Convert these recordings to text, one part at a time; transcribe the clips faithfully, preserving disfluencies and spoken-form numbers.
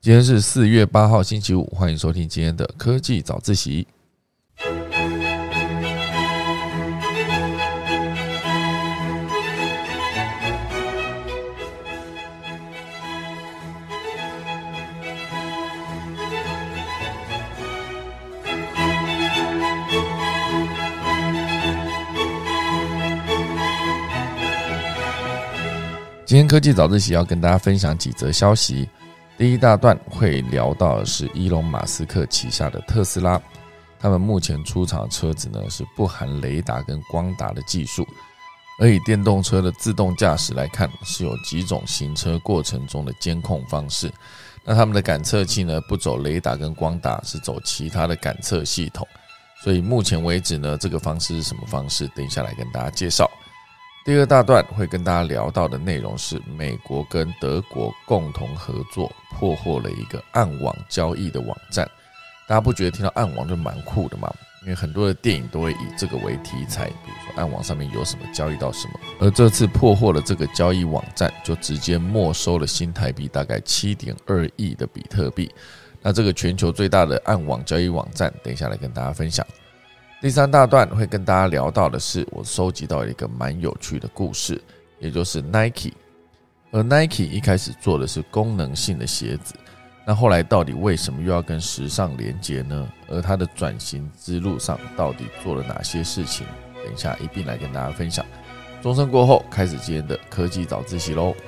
今天是四月八号星期五，欢迎收听今天的科技早自习。今天科技早自习要跟大家分享几则消息。第一大段会聊到的是伊隆马斯克旗下的特斯拉，他们目前出厂的车子呢是不含雷达跟光达的技术，而以电动车的自动驾驶来看，是有几种行车过程中的监控方式。那他们的感测器呢不走雷达跟光达，是走其他的感测系统。所以目前为止呢，这个方式是什么方式？等一下来跟大家介绍。第二大段会跟大家聊到的内容是美国跟德国共同合作破获了一个暗网交易的网站。大家不觉得听到暗网就蛮酷的吗？因为很多的电影都会以这个为题材，比如说暗网上面有什么交易到什么，而这次破获了这个交易网站，就直接没收了新台币大概 七点二亿的比特币。那这个全球最大的暗网交易网站，等一下来跟大家分享。第三大段会跟大家聊到的是我收集到一个蛮有趣的故事，也就是 Nike。 而 Nike 一开始做的是功能性的鞋子，那后来到底为什么又要跟时尚连结呢？而它的转型之路上到底做了哪些事情？等一下一并来跟大家分享。钟声过后，开始今天的科技早自习咯。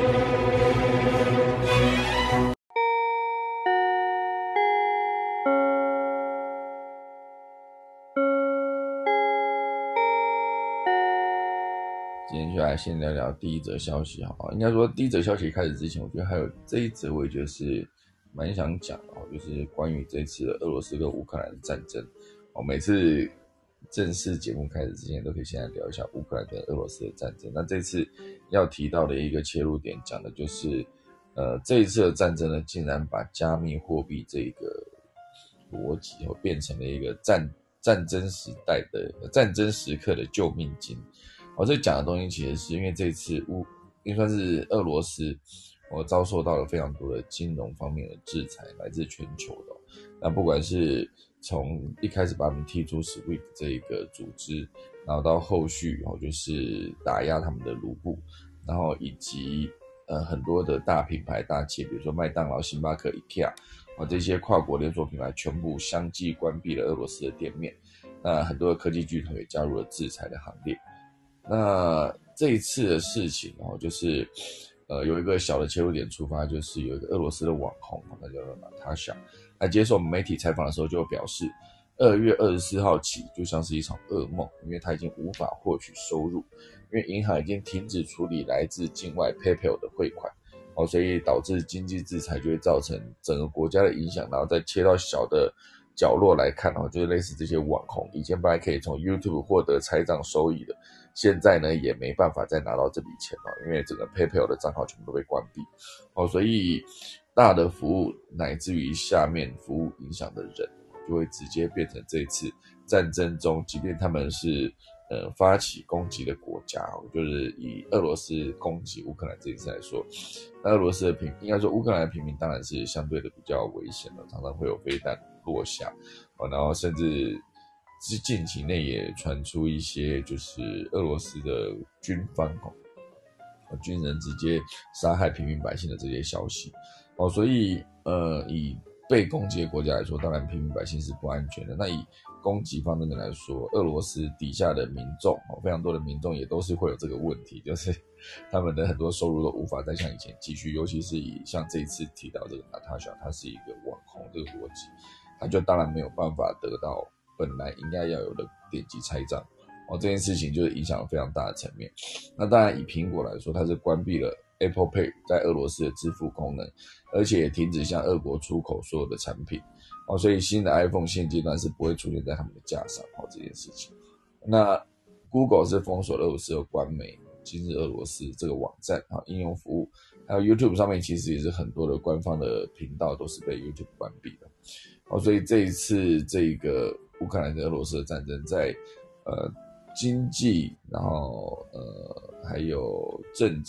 今天就来先聊聊第一则消息好了。应该说第一则消息开始之前，我觉得还有这一则我也觉得是蛮想讲的，就是关于这次的俄罗斯跟乌克兰的战争。每次正式节目开始之前都可以先来聊一下乌克兰跟俄罗斯的战争。那这次要提到的一个切入点讲的就是呃，这一次的战争呢，竟然把加密货币这个逻辑变成了一个战战争时代的战争时刻的救命金。我这讲的东西其实是因为这次乌应该算是俄罗斯我遭受到了非常多的金融方面的制裁，来自全球的。那不管是从一开始把他们踢出 S W I F T 这一个组织，然后到后续就是打压他们的卢布，然后以及呃很多的大品牌大企业，比如说麦当劳、星巴克、IKEA 这些跨国连锁品牌全部相继关闭了俄罗斯的店面。那很多的科技巨头也加入了制裁的行列。那这一次的事情就是呃有一个小的切入点出发，就是有一个俄罗斯的网红，他叫做 Natasha， 来接受我们媒体采访的时候就表示，二月二十四号起就像是一场噩梦，因为他已经无法获取收入，因为银行已经停止处理来自境外 PayPal 的汇款，所以导致经济制裁就会造成整个国家的影响。然后再切到小的角落来看，就是类似这些网红以前本来可以从 YouTube 获得拆账收益的，现在呢也没办法再拿到这笔钱，因为整个 PayPal 的账号全部都被关闭。所以大的服务乃至于下面服务影响的人，就会直接变成这一次战争中，即便他们是呃发起攻击的国家，就是以俄罗斯攻击乌克兰这一次来说，那俄罗斯的平应该说乌克兰的平民当然是相对的比较危险的，常常会有飞弹落下，然后甚至近期内也传出一些就是俄罗斯的军方军人直接杀害平民百姓的这些消息。所以呃以被攻击的国家来说，当然平民百姓是不安全的。那以攻击方面来说，俄罗斯底下的民众非常多的民众也都是会有这个问题，就是他们的很多收入都无法再像以前继续，尤其是以像这一次提到这个 Natasha， 他是一个网红这个逻辑，他就当然没有办法得到本来应该要有的点击拆账，这件事情就是影响了非常大的层面。那当然以苹果来说，它是关闭了 Apple Pay 在俄罗斯的支付功能，而且也停止向俄国出口所有的产品，所以新的 iPhone 现阶段是不会出现在他们的架上这件事情。那 Google 是封锁俄罗斯的官媒今日俄罗斯这个网站应用服务，还有 YouTube 上面其实也是很多的官方的频道都是被 YouTube 关闭的。所以这一次这个乌克兰跟俄罗斯的战争在呃经济，然后呃还有政治，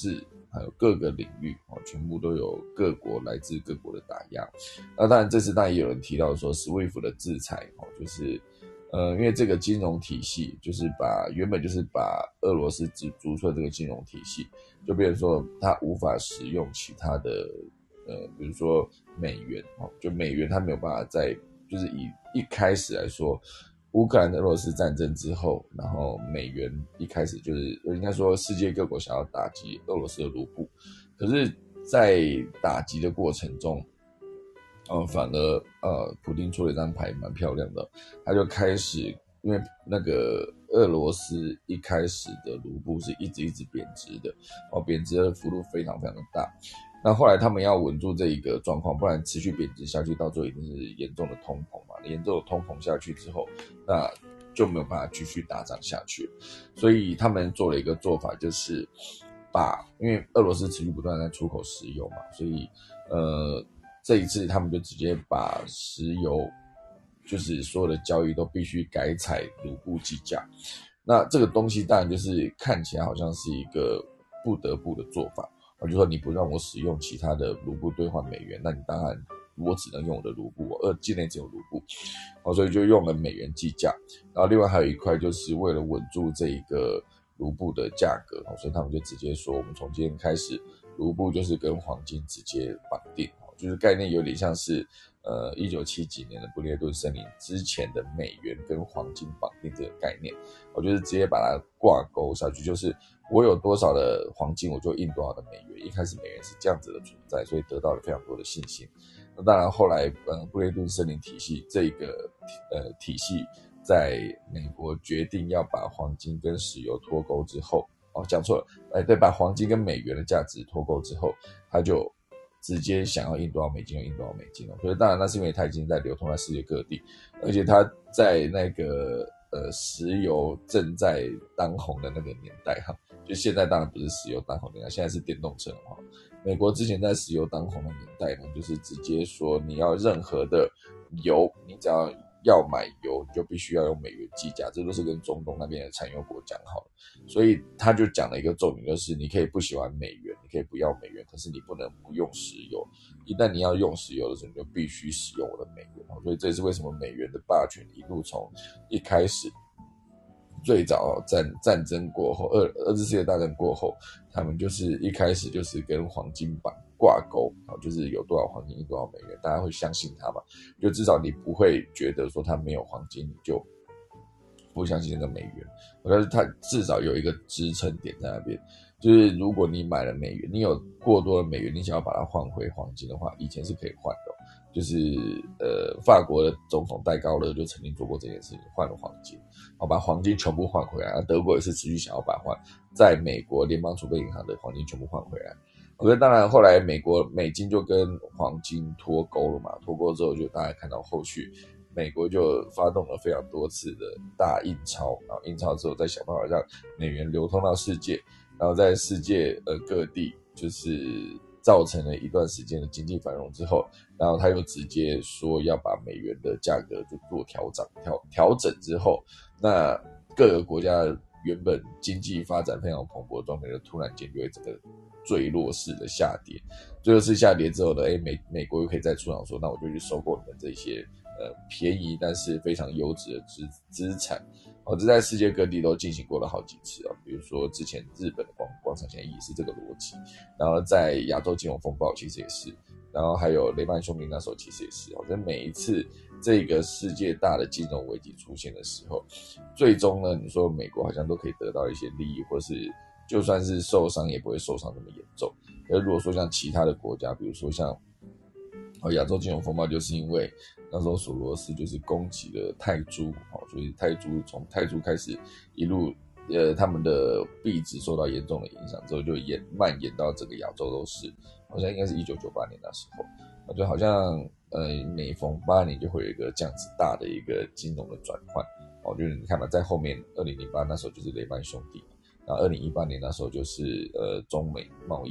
还有各个领域哦，全部都有各国来自各国的打压。那当然这次当然也有人提到说 S W I F T 的制裁哦，就是呃，因为这个金融体系就是把原本就是把俄罗斯只逐出了这个金融体系，就变成说它无法使用其他的呃，比如说美元哦，就美元它没有办法在就是以一开始来说。乌克兰的俄罗斯战争之后，然后美元一开始就是应该说世界各国想要打击俄罗斯的卢布，可是，在打击的过程中，呃，反而呃，普丁出了一张牌蛮漂亮的，他就开始因为那个俄罗斯一开始的卢布是一直一直贬值的，哦，贬值的幅度非常非常的大。那后来他们要稳住这一个状况，不然持续贬值下去，到最后一定是严重的通膨嘛。严重的通膨下去之后，那就没有办法继续打仗下去。所以他们做了一个做法，就是把因为俄罗斯持续不断在出口石油嘛，所以呃这一次他们就直接把石油就是所有的交易都必须改采卢布计价。那这个东西当然就是看起来好像是一个不得不的做法。我就说你不让我使用其他的卢布兑换美元，那你当然我只能用我的卢布，我境内只有卢布，哦，所以就用了美元计价。然后另外还有一块就是为了稳住这一个卢布的价格，所以他们就直接说，我们从今天开始，卢布就是跟黄金直接绑定，就是概念有点像是呃一九七几年的不列顿森林之前的美元跟黄金绑定这个概念，我就是直接把它挂钩下去，就是我有多少的黄金，我就印多少的美元。一开始美元是这样子的存在，所以得到了非常多的信心。那当然后来，呃，布雷顿森林体系这个呃体系，在美国决定要把黄金跟石油脱钩之后，哦，讲错了，哎，对，把黄金跟美元的价值脱钩之后，他就直接想要印多少美金就印多少美金了。所以当然那是因为它已经在流通在世界各地，而且它在那个呃石油正在当红的那个年代哈。就现在当然不是石油当红年代，现在是电动车哈。美国之前在石油当红的年代呢，就是直接说你要任何的油，你只要要买油，就必须要用美元计价，这都是跟中东那边的产油国讲好的。所以他就讲了一个重点，就是你可以不喜欢美元，你可以不要美元，可是你不能不用石油。一旦你要用石油的时候，你就必须使用我的美元。所以这也是为什么美元的霸权一路从一开始。最早战战争过后，二二次世界大战过后，他们就是一开始就是跟黄金绑挂钩，就是有多少黄金印多少美元，大家会相信他嘛？就至少你不会觉得说他没有黄金，你就不相信那个美元。但是它至少有一个支撑点在那边，就是如果你买了美元，你有过多的美元，你想要把它换回黄金的话，以前是可以换的。就是呃，法国的总统戴高乐就曾经做过这件事情，换了黄金，好把黄金全部换回来。德国也是持续想要把换在美国联邦储备银行的黄金全部换回来。可是当然后来美国美金就跟黄金脱钩了嘛，脱钩之后就大家看到后续美国就发动了非常多次的大印钞，然后印钞之后再想办法让美元流通到世界，然后在世界呃各地就是造成了一段时间的经济繁荣之后，然后他又直接说要把美元的价格就做调整，调调整之后，那各个国家原本经济发展非常蓬勃的状态，就突然间就会整个坠落式的下跌。坠落式下跌之后呢，哎，美美国又可以再出场说，那我就去收购你们这些呃便宜但是非常优质的资资产。哦，这在世界各地都进行过了好几次啊，比如说之前日本的广广场协议是这个逻辑，然后在亚洲金融风暴其实也是，然后还有雷曼兄弟那时候其实也是，所以每一次这个世界大的金融危机出现的时候，最终呢，你说美国好像都可以得到一些利益，或是就算是受伤也不会受伤那么严重。而如果说像其他的国家，比如说像哦，亚洲金融风暴就是因为那时候索罗斯就是攻击了泰铢，所以泰铢从泰铢开始一路呃他们的币值受到严重的影响之后，就延蔓延到整个亚洲都是，好像应该是一九九八年那时候，就好像呃每逢八年就会有一个这样子大的一个金融的转换，哦，就是你看嘛，在后面二零零八那时候就是雷曼兄弟，然后二零一八年那时候就是呃中美贸易。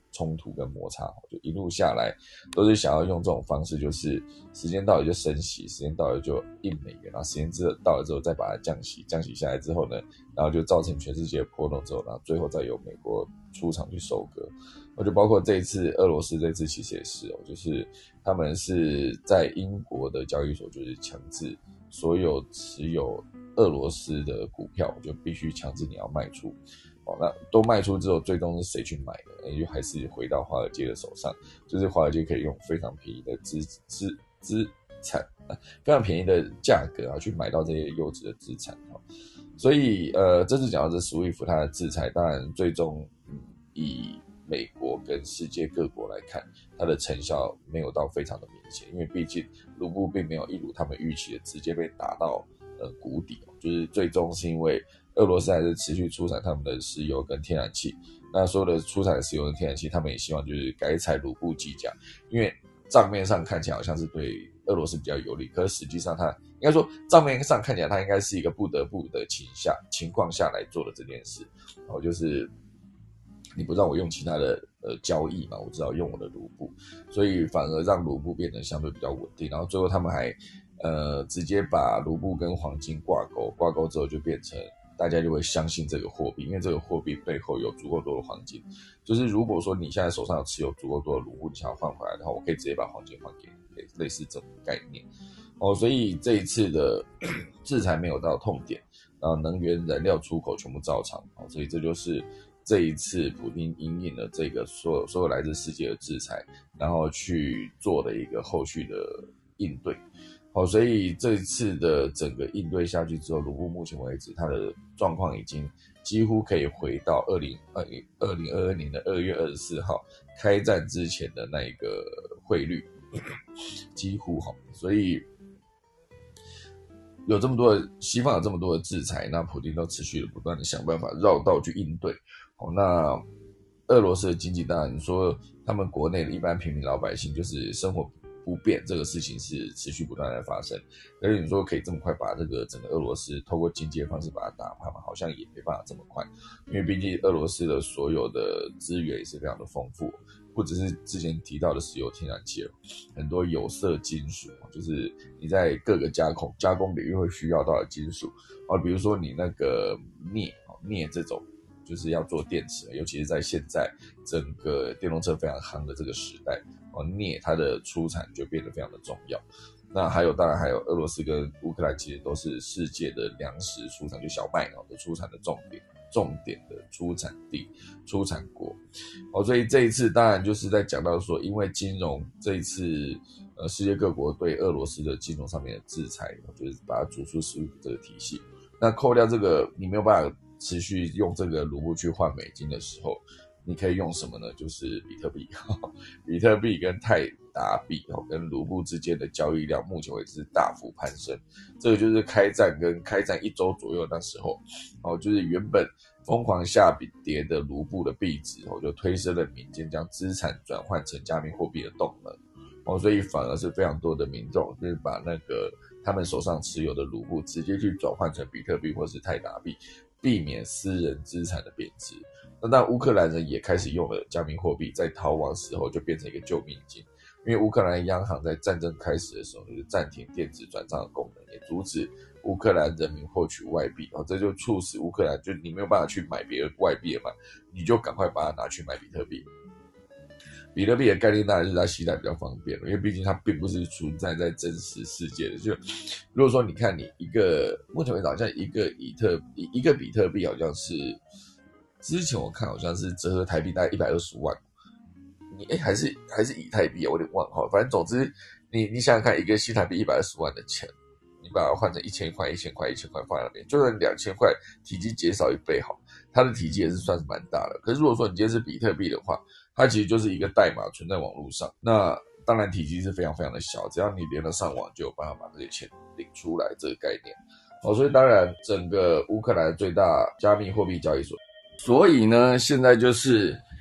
冲突跟摩擦，就一路下来都是想要用这种方式，就是时间到了就升息，时间到了就印美元，然后时间到了之后再把它降息，降息下来之后呢，然后就造成全世界的波动之后，然后最后再由美国出场去收割。我就包括这一次俄罗斯这次其实也是哦，就是他们是在英国的交易所就是强制所有持有俄罗斯的股票就必须强制你要卖出。哦，那都卖出之后，最终是谁去买的？也就还是回到华尔街的手上，就是华尔街可以用非常便宜的资资资产，非常便宜的价格啊，去买到这些优质的资产。所以，呃，这次讲到这 S W I F T 它的制裁，当然最终、嗯、以美国跟世界各国来看，它的成效没有到非常的明显，因为毕竟卢布并没有一如他们预期的直接被打到呃谷底，就是最终是因为俄罗斯还是持续出产他们的石油跟天然气，那所有的出产的石油跟天然气，他们也希望就是改采卢布计价，因为账面上看起来好像是对俄罗斯比较有利，可是实际上它应该说账面上看起来它应该是一个不得不的情下情况下来做的这件事，然后就是你不让我用其他的呃交易嘛，我只好用我的卢布，所以反而让卢布变得相对比较稳定，然后最后他们还呃直接把卢布跟黄金挂钩，挂钩之后就变成大家就会相信这个货币，因为这个货币背后有足够多的黄金。就是如果说你现在手上有持有足够多的卢布，你想要换回来的话，我可以直接把黄金还给你，类似这种概念。哦，所以这一次的制裁没有到痛点，然后能源、燃料出口全部照常。哦，所以这就是这一次普丁因应了这个所有所有来自世界的制裁，然后去做的一个后续的应对。好，所以这一次的整个应对下去之后，卢布目前为止它的状况已经几乎可以回到二零二二年的二月二十四号开战之前的那一个汇率，几乎哈。所以有这么多的西方有这么多的制裁，那普丁都持续的不断的想办法绕道去应对。好，那俄罗斯的经济当然你说他们国内的一般平民老百姓就是生活不变，这个事情是持续不断的发生。但是你说可以这么快把这个整个俄罗斯透过经济的方式把它打趴吗？好像也没办法这么快，因为毕竟俄罗斯的所有的资源也是非常的丰富，不只是之前提到的石油、天然气，很多有色金属，就是你在各个加工加工领域会需要到的金属啊，比如说你那个镍，镍这种。就是要做电池，尤其是在现在整个电动车非常夯的这个时代，哦，镍它的出产就变得非常的重要。那还有，当然还有俄罗斯跟乌克兰，其实都是世界的粮食出产，就小麦的出产的重点，重点的出产地、出产国。哦，所以这一次当然就是在讲到说，因为金融这一次呃世界各国对俄罗斯的金融上面的制裁，就是把它逐出 S W I F T 这个体系。那扣掉这个，你没有办法持续用这个卢布去换美金的时候，你可以用什么呢？就是比特币，比特币跟泰达币跟卢布之间的交易量，目前为止是大幅攀升。这个就是开战跟开战一周左右那时候，哦，就是原本疯狂下跌的卢布的币值，哦，就推升了民间将资产转换成加密货币的动能。哦，所以反而是非常多的民众就是把那个他们手上持有的卢布直接去转换成比特币或是泰达币。避免私人资产的贬值。那当然乌克兰人也开始用了加密货币，在逃亡时候就变成一个救命金，因为乌克兰央行在战争开始的时候就暂停电子转账的功能，也阻止乌克兰人民获取外币，这就促使乌克兰就你没有办法去买别的外币了嘛，你就赶快把它拿去买比特币。比特币的概念当然是它携带比较方便，因为毕竟它并不是存在在真实世界的。就如果说你看你一个目前为止好像一个以特一个比特币好像是之前我看好像是折合台币大概一百二十万，你哎还是还是以太币我有点忘了，反正总之你你想想看，一个新台币一百二十万的钱，你把它换成一千块、一千块、一千块放在那边，就算两千块体积减少一倍好，它的体积也是算是蛮大的。可是如果说你今天是比特币的话，它其实就是一个代码存在网络上，那当然体积是非常非常的小，只要你连得上网就有办法把这些钱领出来，这个概念。哦，所以当然整个乌克兰最大加密货币交易所，所以呢现在就是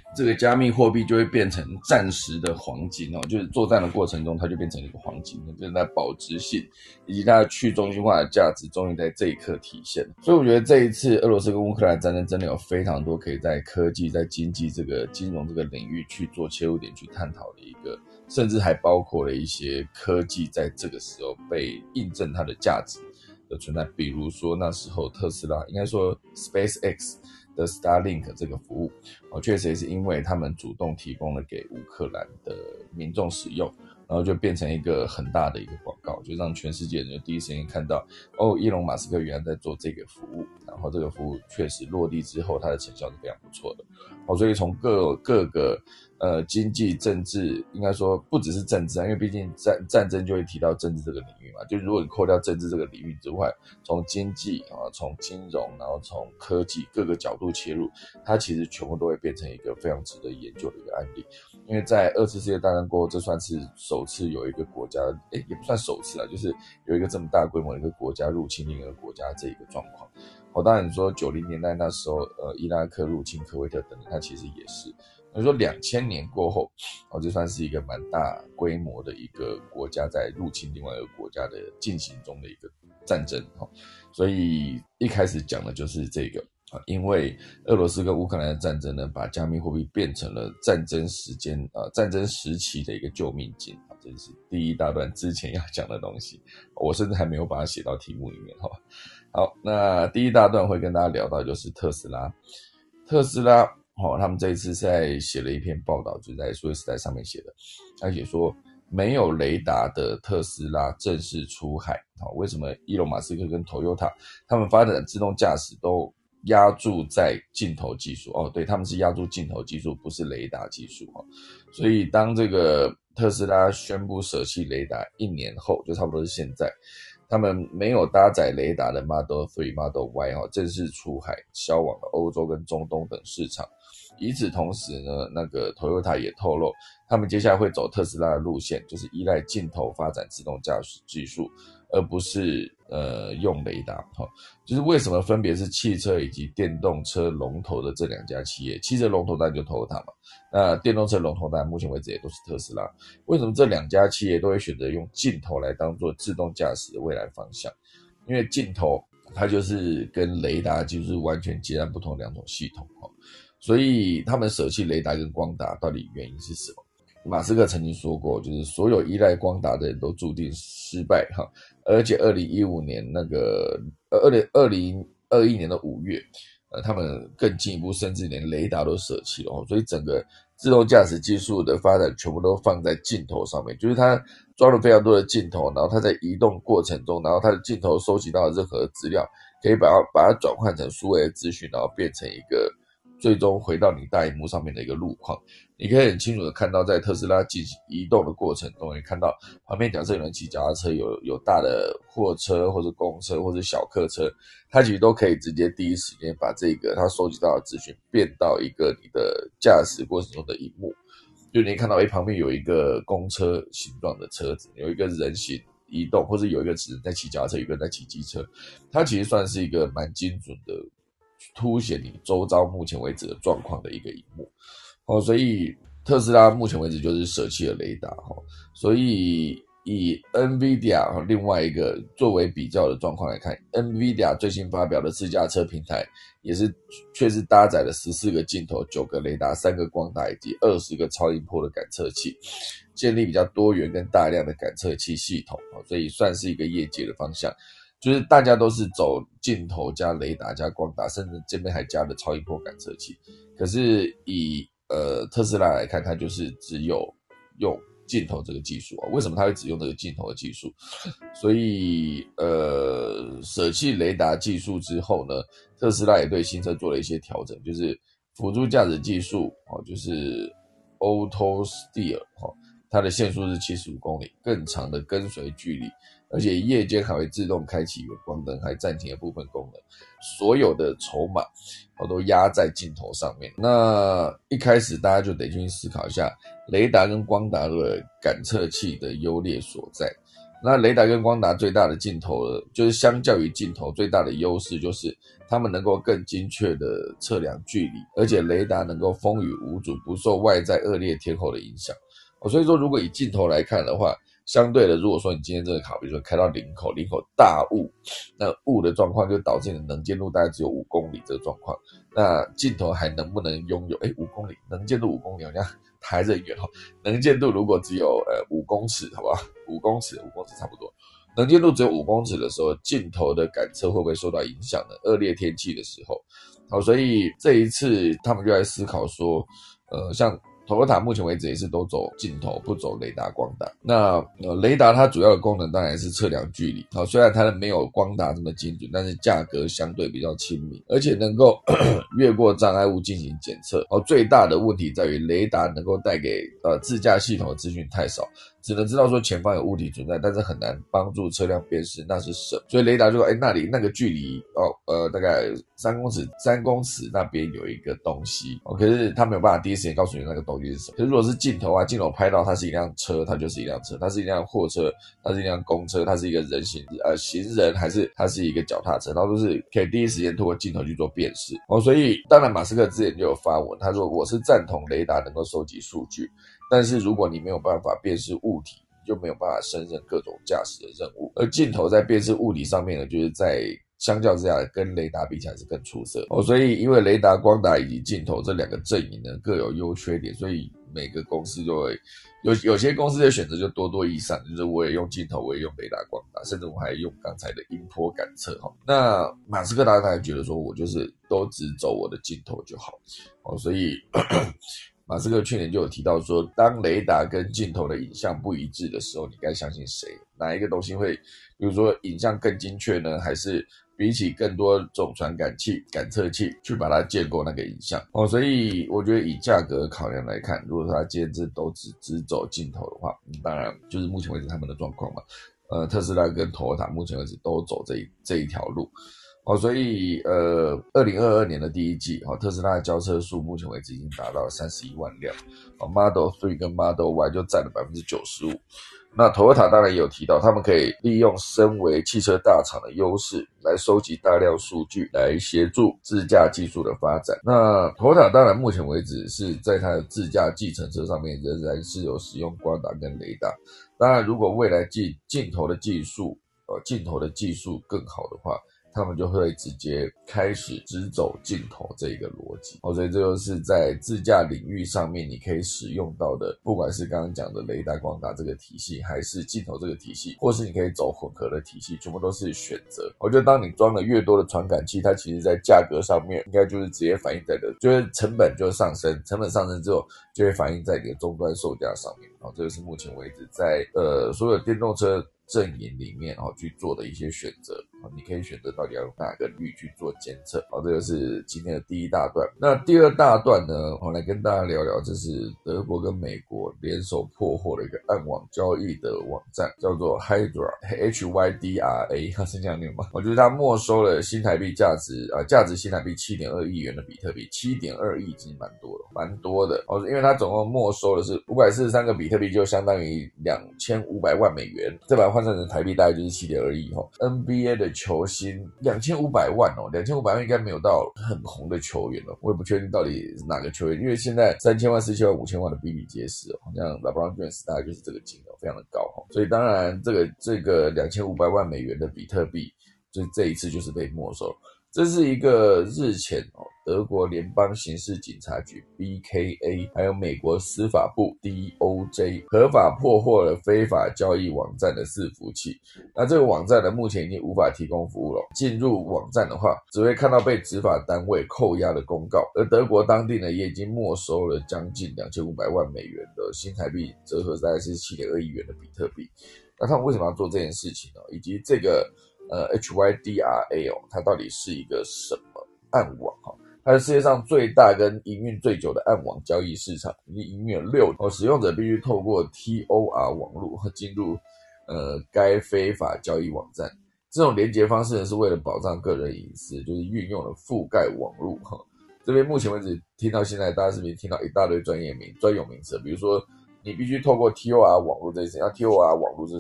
这个加密货币就会变成战时的黄金哦，就是作战的过程中它就变成一个黄金，就是它保值性以及它的去中心化的价值终于在这一刻体现。所以我觉得这一次俄罗斯跟乌克兰战争真的有非常多可以在科技、在经济这个金融这个领域去做切入点去探讨的一个，甚至还包括了一些科技在这个时候被印证它的价值的存在，比如说那时候特斯拉，应该说 SpaceX的 Starlink 这个服务，哦，确实也是因为他们主动提供了给乌克兰的民众使用，然后就变成一个很大的一个广告，就让全世界人第一时间看到，哦，伊隆马斯克原来在做这个服务，然后这个服务确实落地之后，它的成效是非常不错的。哦，所以从各各个呃经济、政治，应该说不只是政治啊，因为毕竟战战争就会提到政治这个领域嘛。就如果你扣掉政治这个领域之外，从经济啊、从金融，然后从科技各个角度切入，它其实全部都会变成一个非常值得研究的一个案例。因为在二次世界大战过后，这算是首次有一个国家，诶，也不算首次啦，就是有一个这么大规模的一个国家入侵另一个国家这一个状况。哦，当然你说九零年代那时候，呃，伊拉克入侵科威特等等，它其实也是。你说两千年过后，哦，这算是一个蛮大规模的一个国家在入侵另外一个国家的进行中的一个战争，哦，所以一开始讲的就是这个。因为俄罗斯跟乌克兰的战争呢，把加密货币变成了战争时间呃战争时期的一个救命金，这是第一大段之前要讲的东西，我甚至还没有把它写到题目里面哈。好，那第一大段会跟大家聊到就是特斯拉，特斯拉哦，他们这一次是在写了一篇报道，就是在数位时代上面写的，他写说没有雷达的特斯拉正式出海，哦，为什么伊隆马斯克跟 Toyota 他们发展自动驾驶都押注在镜头技术哦，对，他们是押注镜头技术，不是雷达技术哦。所以当这个特斯拉宣布舍弃雷达一年后，就差不多是现在，他们没有搭载雷达的 Model 三、Model Y 哦，正式出海销往了欧洲跟中东等市场。与此同时呢，那个 Toyota 也透露，他们接下来会走特斯拉的路线，就是依赖镜头发展自动驾驶技术，而不是呃用雷达，哦，就是为什么分别是汽车以及电动车龙头的这两家企业，汽车龙头当然就 Toyota 嘛，那电动车龙头当然目前为止也都是特斯拉。为什么这两家企业都会选择用镜头来当做自动驾驶的未来方向？因为镜头它就是跟雷达技术完全截然不同的两种系统，哦，所以他们舍弃雷达跟光达，到底原因是什么？马斯克曾经说过，就是所有依赖光达的人都注定失败哈。而且二零一五年那个呃二零二一年的五月，呃，他们更进一步，甚至连雷达都舍弃了，所以整个自动驾驶技术的发展全部都放在镜头上面，就是它装了非常多的镜头，然后它在移动过程中，然后它的镜头收集到的任何资料，可以把它把它转换成数位的资讯，然后变成一个最终回到你大萤幕上面的一个路况。你可以很清楚的看到，在特斯拉进行移动的过程中，你看到旁边假设有人骑脚踏车，有有大的货车或者公车或者小客车，它其实都可以直接第一时间把这个它收集到的资讯变到一个你的驾驶过程中的萤幕。就你看到，诶，旁边有一个公车形状的车子，有一个人行移动，或者有一个人在骑脚踏车，有一个人在骑机车，它其实算是一个蛮精准的凸显你周遭目前为止的状况的一个萤幕。哦，所以特斯拉目前为止就是舍弃了雷达，哦，所以以 NVIDIA 另外一个作为比较的状况来看， NVIDIA 最新发表的自驾车平台也是确实搭载了十四个镜头、九个雷达、三个光达以及二十个超音波的感测器，建立比较多元跟大量的感测器系统，哦，所以算是一个业界的方向，就是大家都是走镜头加雷达加光达，甚至这边还加了超音波感测器。可是以呃特斯拉来看，它就是只有用镜头这个技术啊。为什么它会只用这个镜头的技术？所以呃舍弃雷达技术之后呢，特斯拉也对新车做了一些调整，就是辅助驾驶技术，哦，就是 Auto Steer，哦，它的限速是七十五公里，更长的跟随距离，而且夜间还会自动开启远光灯，还暂停的部分功能，所有的筹码我都压在镜头上面。那一开始大家就得去思考一下雷达跟光达的感测器的优劣所在。 那雷达跟光达最大的镜头的，就是相较于镜头最大的优势就是它们能够更精确的测量距离，而且雷达能够风雨无阻，不受外在恶劣天候的影响。所以说如果以镜头来看的话，相对的，如果说你今天这个卡，比如说开到林口，林口大雾，那雾的状况就导致你的能见度大概只有五公里这个状况。那镜头还能不能拥有？哎，五公里，能见度五公里好像还是很远哈。能见度如果只有呃五公尺，好不好？五公尺，五公尺差不多。能见度只有五公尺的时候，镜头的感测会不会受到影响呢？恶劣天气的时候，好，所以这一次他们就在思考说，呃，像Toyota目前为止也是都走镜头，不走雷达光达。那呃，雷达它主要的功能当然是测量距离，好，虽然它没有光达这么精准，但是价格相对比较亲民，而且能够越过障碍物进行检测。好，最大的问题在于雷达能够带给呃自驾系统的资讯太少。只能知道说前方有物体存在，但是很难帮助车辆辨识那是什么。所以雷达就说，哎，那里那个距离哦，呃，大概三公尺，三公尺那边有一个东西，哦，可是他没有办法第一时间告诉你那个东西是什么。可是如果是镜头啊，镜头拍到它是一辆车，它就是一辆车；它是一辆货车，它是一辆公车；它是一个人行呃行人，还是它是一个脚踏车，然后都是可以第一时间透过镜头去做辨识。哦，所以当然马斯克之前就有发文，他说我是赞同雷达能够收集数据。但是如果你没有办法辨识物体，你就没有办法胜任各种驾驶的任务。而镜头在辨识物体上面呢，就是在相较之下跟雷达比起来是更出色哦。所以因为雷达、光达以及镜头这两个阵营呢各有优缺点，所以每个公司就会有有些公司的选择就多多益善，就是我也用镜头，我也用雷达、光达，甚至我还用刚才的音波感测哈。那马斯克他还觉得说我就是都只走我的镜头就好哦，所以马斯克去年就有提到说，当雷达跟镜头的影像不一致的时候，你该相信谁？哪一个东西会，比如说影像更精确呢？还是比起更多种传感器、感测器去把它建构那个影像？哦，所以我觉得以价格考量来看，如果说他今天这都只只走镜头的话，当然就是目前为止他们的状况嘛。呃，特斯拉跟 Toyota 目前为止都走这一这一条路。哦，所以呃，二零二二年的第一季，哦，特斯拉的交车数目前为止已经达到了三十一万辆，哦 ，Model 三跟 Model Y 就占了 百分之九十五。那 Toyota 当然也有提到，他们可以利用身为汽车大厂的优势，来收集大量数据，来协助自驾技术的发展。那 Toyota 当然目前为止是在它的自驾计程车上面仍然是有使用光达跟雷达。当然，如果未来镜镜头的技术，呃，镜头的技术更好的话，他们就会直接开始只走镜头这一个逻辑。哦，所以这就是在自驾领域上面你可以使用到的，不管是刚刚讲的雷达、光达这个体系，还是镜头这个体系，或是你可以走混合的体系，全部都是选择。我觉得当你装了越多的传感器，它其实在价格上面应该就是直接反映在的，就是成本就上升，成本上升之后就会反映在你的终端售价上面。哦，这个是目前为止在呃所有电动车阵营里面哦去做的一些选择，你可以选择到底要用哪个率去做监测。好，这个是今天的第一大段。那第二大段呢，我来跟大家聊聊，这是德国跟美国联手破获的一个暗网交易的网站，叫做 Hydra H Y D R A， 是这样念吗？我觉得它没收了新台币价值啊、呃，价值新台币 七点二亿元的比特币， 七点二亿已经蛮多了，蛮多的哦，因为它总共没收的是五百四十三个比特币，就相当于两千五百万美元，这把换算成台币大概就是 七点二亿齁。N B A 的球星两千五百万哦 ,两千五百万应该没有到很红的球员哦，我也不确定到底是哪个球员，因为现在三千万、四千万、五千万的比比皆是哦，好像 LeBron James 大概就是这个金额，非常的高齁。所以当然这个这个两千五百万美元的比特币，就这一次就是被没收。这是一个日前哦，德国联邦刑事警察局 B K A 还有美国司法部 D O J 合法破获了非法交易网站的伺服器。那这个网站呢，目前已经无法提供服务了。进入网站的话，只会看到被执法单位扣押的公告。而德国当地呢，也已经没收了将近两千五百万美元的新台币，折合大概是 七点二亿元的比特币。那他们为什么要做这件事情呢？以及这个呃 H Y D R A 哦，它到底是一个什么暗网哈？它是世界上最大跟营运最久的暗网交易市场，已经营运了六年哦。使用者必须透过 T O R 网络进入呃该非法交易网站。这种连结方式呢，是为了保障个人隐私，就是运用了覆盖网络哈。这边目前为止听到现在，大家是不是听到一大堆专业名专有名词？比如说你必须透过 T O R 网络这一层，那 T O R 网络是什么哈？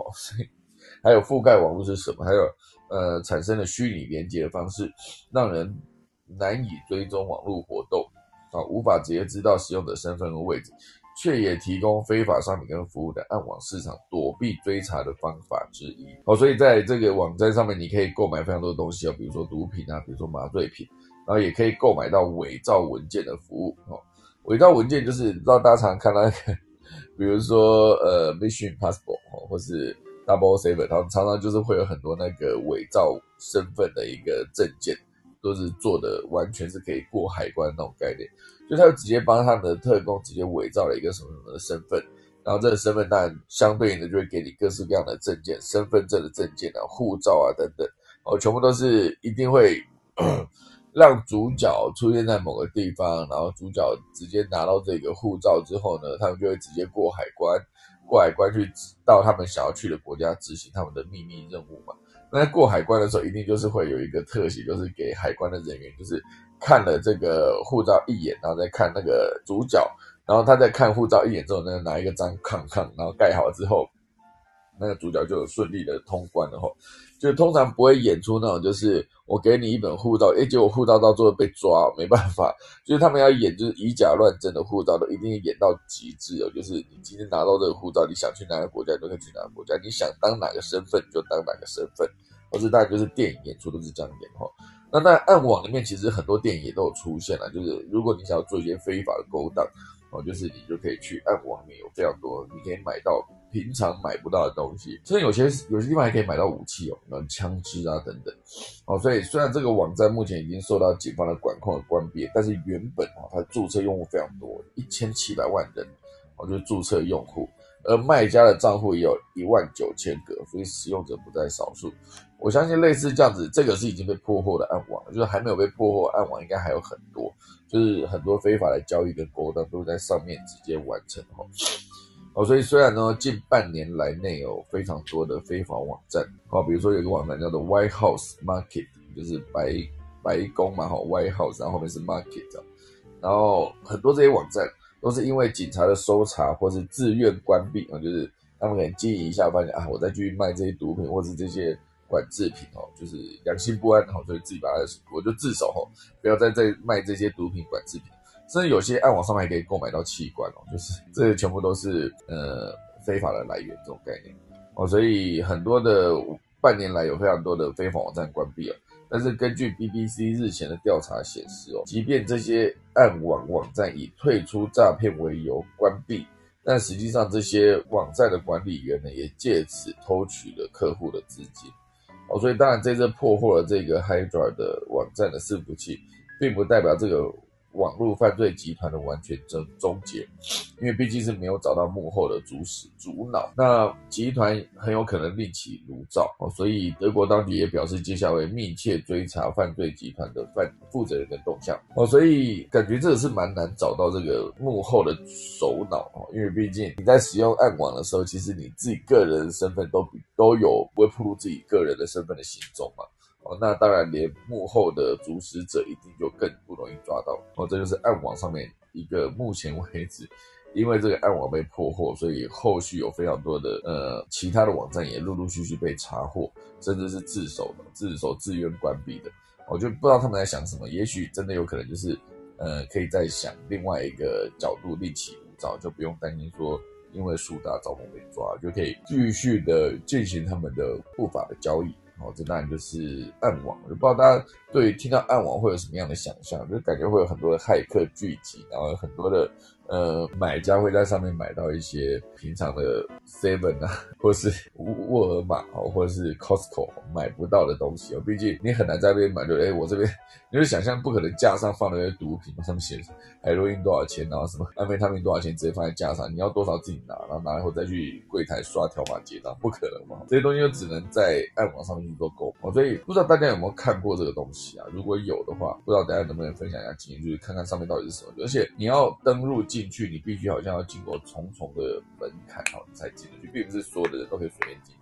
哦，所以还有覆盖网络是什么？还有呃产生了虚拟连接的方式，让人难以追踪网络活动啊，无法直接知道使用者身份和位置，却也提供非法商品跟服务的暗网市场躲避追查的方法之一。哦，所以在这个网站上面，你可以购买非常多的东西哦，比如说毒品啊，比如说麻醉品，然后也可以购买到伪造文件的服务哦。伪造文件就是不知道大家常常看到那个，比如说呃 Mission Impossible 哦，或是 Double Seven， 他们常常就是会有很多那个伪造身份的一个证件，都是做的完全是可以过海关的那种概念。就他就直接帮他们的特工直接伪造了一个什么什么的身份，然后这个身份当然相对应的就会给你各式各样的证件，身份证的证件啊、护照啊等等，哦，全部都是一定会让主角出现在某个地方，然后主角直接拿到这个护照之后呢，他们就会直接过海关，过海关去到他们想要去的国家执行他们的秘密任务嘛。那在过海关的时候，一定就是会有一个特写，就是给海关的人员，就是看了这个护照一眼，然后再看那个主角，然后他在看护照一眼之后呢，拿一个章抗抗，然后盖好之后，那个主角就有顺利的通关了齁。就通常不会演出那种，就是我给你一本护照，诶，结果护照到最后被抓，没办法，就是他们要演就是以假乱真的护照，都一定演到极致哦。就是你今天拿到这个护照，你想去哪个国家都可以去哪个国家，你想当哪个身份就当哪个身份，或是大概就是电影演出都是这样演齁。那在暗网里面，其实很多电影也都有出现了，就是如果你想要做一些非法的勾当，哦，就是你就可以去暗网里面有非常多你可以买到平常买不到的东西，甚至有些有些地方还可以买到武器哦，然后枪支啊等等。哦，所以虽然这个网站目前已经受到警方的管控和关闭，但是原本哦它注册用户非常多，一千七百万人，哦就是注册用户，而卖家的账户也有一万九千个，所以使用者不在少数。我相信类似这样子，这个是已经被破获的暗网，就是还没有被破获的暗网应该还有很多，就是很多非法的交易跟勾当都在上面直接完成哦。哦，所以虽然呢，近半年来内有非常多的非法网站，哦，比如说有一个网站叫做 White House Market， 就是白白宫嘛，哈 ，White House， 然后后面是 Market， 然后很多这些网站都是因为警察的搜查或是自愿关闭啊，就是他们可能经营一下发现啊，我再继续卖这些毒品或是这些管制品哦，就是良心不安哦，所以自己把它我就自首哦，不要再再卖这些毒品管制品。甚至有些暗网上面还可以购买到器官哦，就是这些全部都是呃非法的来源这种概念哦，所以很多的半年来有非常多的非法网站关闭了。但是根据 B B C 日前的调查显示哦，即便这些暗网网站以退出诈骗为由关闭，但实际上这些网站的管理员呢，也借此偷取了客户的资金哦，所以当然这次破获了这个 Hydra 的网站的伺服器，并不代表这个网络犯罪集团的完全终结，因为毕竟是没有找到幕后的主使主脑，那集团很有可能另起炉灶哦，所以德国当局也表示，接下来会密切追查犯罪集团的犯负责人的动向哦，所以感觉这个是蛮难找到这个幕后的首脑哦，因为毕竟你在使用暗网的时候，其实你自己个人的身份都都有不会暴露自己个人的身份的行踪嘛。哦，那当然，连幕后的主使者一定就更不容易抓到哦。这就是暗网上面一个目前为止，因为这个暗网被破获，所以后续有非常多的呃其他的网站也陆陆续续被查获，甚至是自首的、自首自愿关闭的。我就不知道他们在想什么，也许真的有可能就是呃可以再想另外一个角度另起炉灶，就不用担心说因为树大招风被抓，就可以继续的进行他们的不法的交易。哦，这当然就是暗网，我就不知道大家对于听到暗网会有什么样的想象，就感觉会有很多的骇客聚集，然后有很多的呃买家会在上面买到一些平常的 Seven 啊，或是沃尔玛哦，或者是 Costco 买不到的东西哦。毕竟你很难在那边买，就哎我这边你就想象不可能架上放了一些毒品，上面写海洛因多少钱，然后什么安非他命多少钱，直接放在架上，你要多少自己拿，然后拿以后再去柜台刷条码结账，不可能嘛？这些东西就只能在暗网上面去做购买，所以不知道大家有没有看过这个东西啊？如果有的话，不知道大家能不能分享一下经验，就是看看上面到底是什么。而且你要登入进去，你必须好像要经过重重的门槛，好，你才进得去，并不是所有的人都可以随便进去的样子。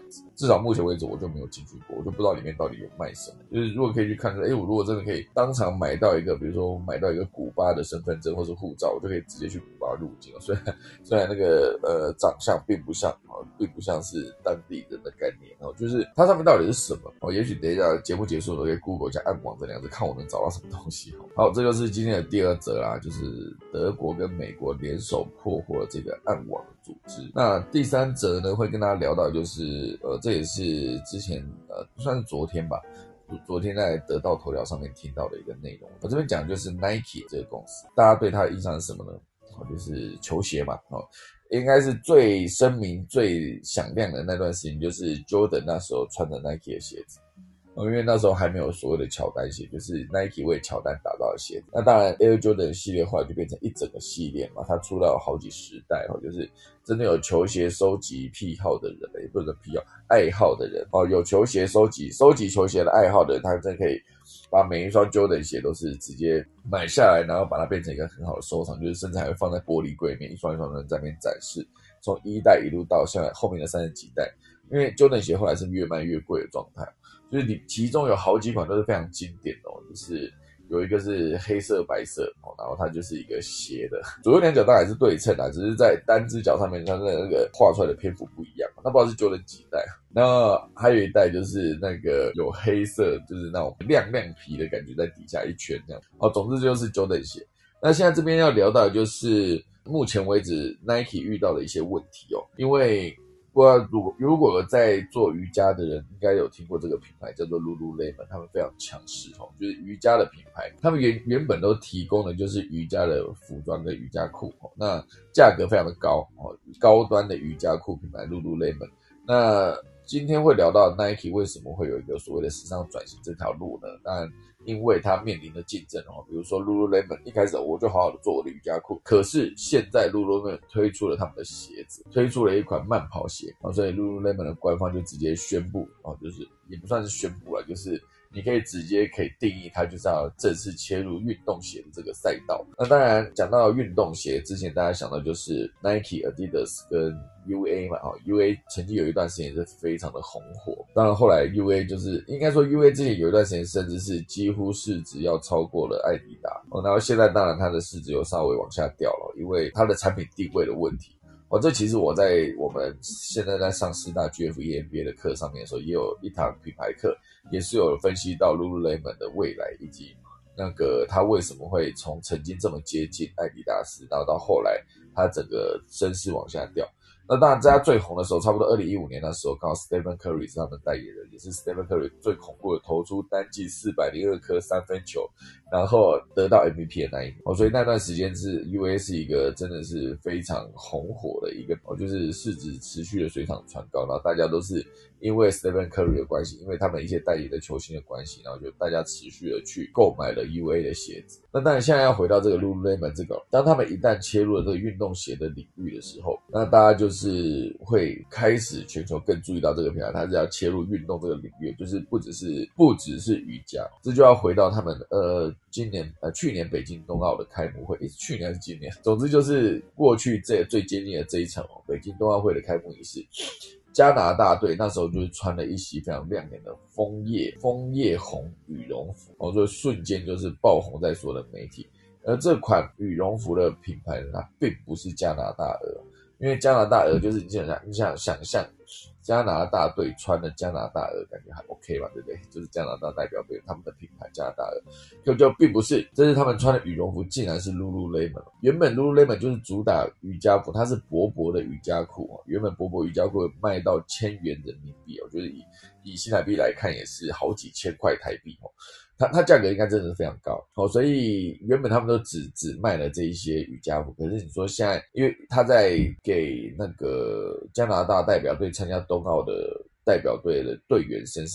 子，至少目前为止我就没有进去过，我就不知道里面到底有卖什么。就是如果可以去看说，诶，我如果真的可以当场买到一个，比如说买到一个古巴的身份证或是护照，我就可以直接去古巴入境了。虽然虽然那个呃长相并不像啊，并不像是当地人的概念哦，就是它上面到底是什么哦？也许等一下节目结束了，可以 Google 一下暗网这两个字，看我能找到什么东西。好，这就是今天的第二则啦，就是德国跟美国联手破获这个暗网组织。那第三则呢，会跟大家聊到，就是呃，这也是之前呃，算是昨天吧，昨天在得到头条上面听到的一个内容。我这边讲的就是 Nike 这个公司，大家对它的印象是什么呢？就是球鞋嘛，哦，应该是最声名、最响亮的那段时间，就是 Jordan 那时候穿的 Nike 的鞋子。因为那时候还没有所谓的乔丹鞋，就是 Nike 为乔丹打造的鞋子。那当然 Air Jordan 系列后来就变成一整个系列嘛，它出到好几十代哦，就是真的有球鞋收集癖好的人，也不是癖好，爱好的人哦，有球鞋收集收集球鞋的爱好的人，他真的可以把每一双 Jordan 鞋都是直接买下来，然后把它变成一个很好的收藏，就是甚至还会放在玻璃柜里面，一双一双的在那边展示，从一代一路到现在后面的三十几代，因为 Jordan 鞋后来是越卖越贵的状态。就是你其中有好几款都是非常经典的哦，就是有一个是黑色白色哦，然后它就是一个斜的，左右两脚当然是对称的，只是在单只脚上面它的那个画出来的篇幅不一样。那不知道是Jordan几代，那还有一代就是那个有黑色，就是那种亮亮皮的感觉在底下一圈这样。哦，总之就是 Jordan 鞋。那现在这边要聊到的就是目前为止 Nike 遇到的一些问题哦，因为不知道如果如果在做瑜伽的人应该有听过这个品牌叫做 Lululemon， 他们非常强势哦，就是瑜伽的品牌，他们原原本都提供的就是瑜伽的服装跟瑜伽裤哦，那价格非常的高哦，高端的瑜伽裤品牌 Lululemon。那今天会聊到 Nike 为什么会有一个所谓的时尚转型这条路呢？当然因为它面临的竞争哦，比如说 Lululemon 一开始我就好好的做我的瑜伽裤，可是现在 Lululemon 推出了他们的鞋子，推出了一款慢跑鞋，所以 Lululemon 的官方就直接宣布哦，就是也不算是宣布了，就是你可以直接可以定义它就是要正式切入运动鞋的这个赛道。那当然讲到运动鞋，之前大家想到就是 Nike、Adidas 跟 U A 嘛，哦 U A 曾经有一段时间是非常的红火，当然后来 U A 就是应该说 U A 之前有一段时间甚至是几乎市值要超过了艾迪达，哦，然后现在当然它的市值又稍微往下掉了，因为它的产品定位的问题。哦，这其实我在我们现在在上四大 G F E M B A 的课上面的时候，也有一堂品牌课，也是有分析到 Lululemon 的未来，以及那个它为什么会从曾经这么接近艾迪达斯，然后到后来它整个声势往下掉。那当然在他最红的时候，差不多二零一五年那时候，刚好 Stephen Curry 是他们代言人，也是 Stephen Curry 最恐怖的投出单季四百零二颗三分球，然后得到 M V P 的那一年。哦，所以那段时间是 U A 是一个真的是非常红火的一个，哦，就是市值持续的水涨船高，然后大家都是因为 Stephen Curry 的关系，因为他们一些代言的球星的关系，然后就大家持续的去购买了 U A 的鞋子。那当然现在要回到这个 Lululemon 这个，当他们一旦切入了这个运动鞋的领域的时候，那大家就是会开始全球更注意到这个品牌，它是要切入运动这个领域，就是不只是不只是瑜伽，这就要回到他们呃今年呃去年北京冬奥的开幕会，诶去年还是今年，总之就是过去这最接近的这一场哦，北京冬奥会的开幕仪式。加拿大队那时候就是穿了一袭非常亮眼的枫叶枫叶红羽绒服，哦，所以瞬间就是爆红在所有的媒体。而这款羽绒服的品牌呢，它并不是加拿大鹅，因为加拿大鹅就是你想想，你想想象加拿大队穿的加拿大鹅，感觉还 OK 吧，对不对？就是加拿大代表队他们的品牌加拿大鹅，就就并不是，这是他们穿的羽绒服，竟然是 Lululemon。原本 Lululemon 就是主打瑜伽服，它是薄薄的瑜伽裤哦，原本薄薄瑜伽裤卖到千元人民币哦，就是以以新台币来看也是好几千块台币哦。它它价格应该真的是非常高哦，所以原本他们都只只卖了这一些瑜伽服，可是你说现在，因为他在给那个加拿大代表队参加冬奥的代表队的队员身上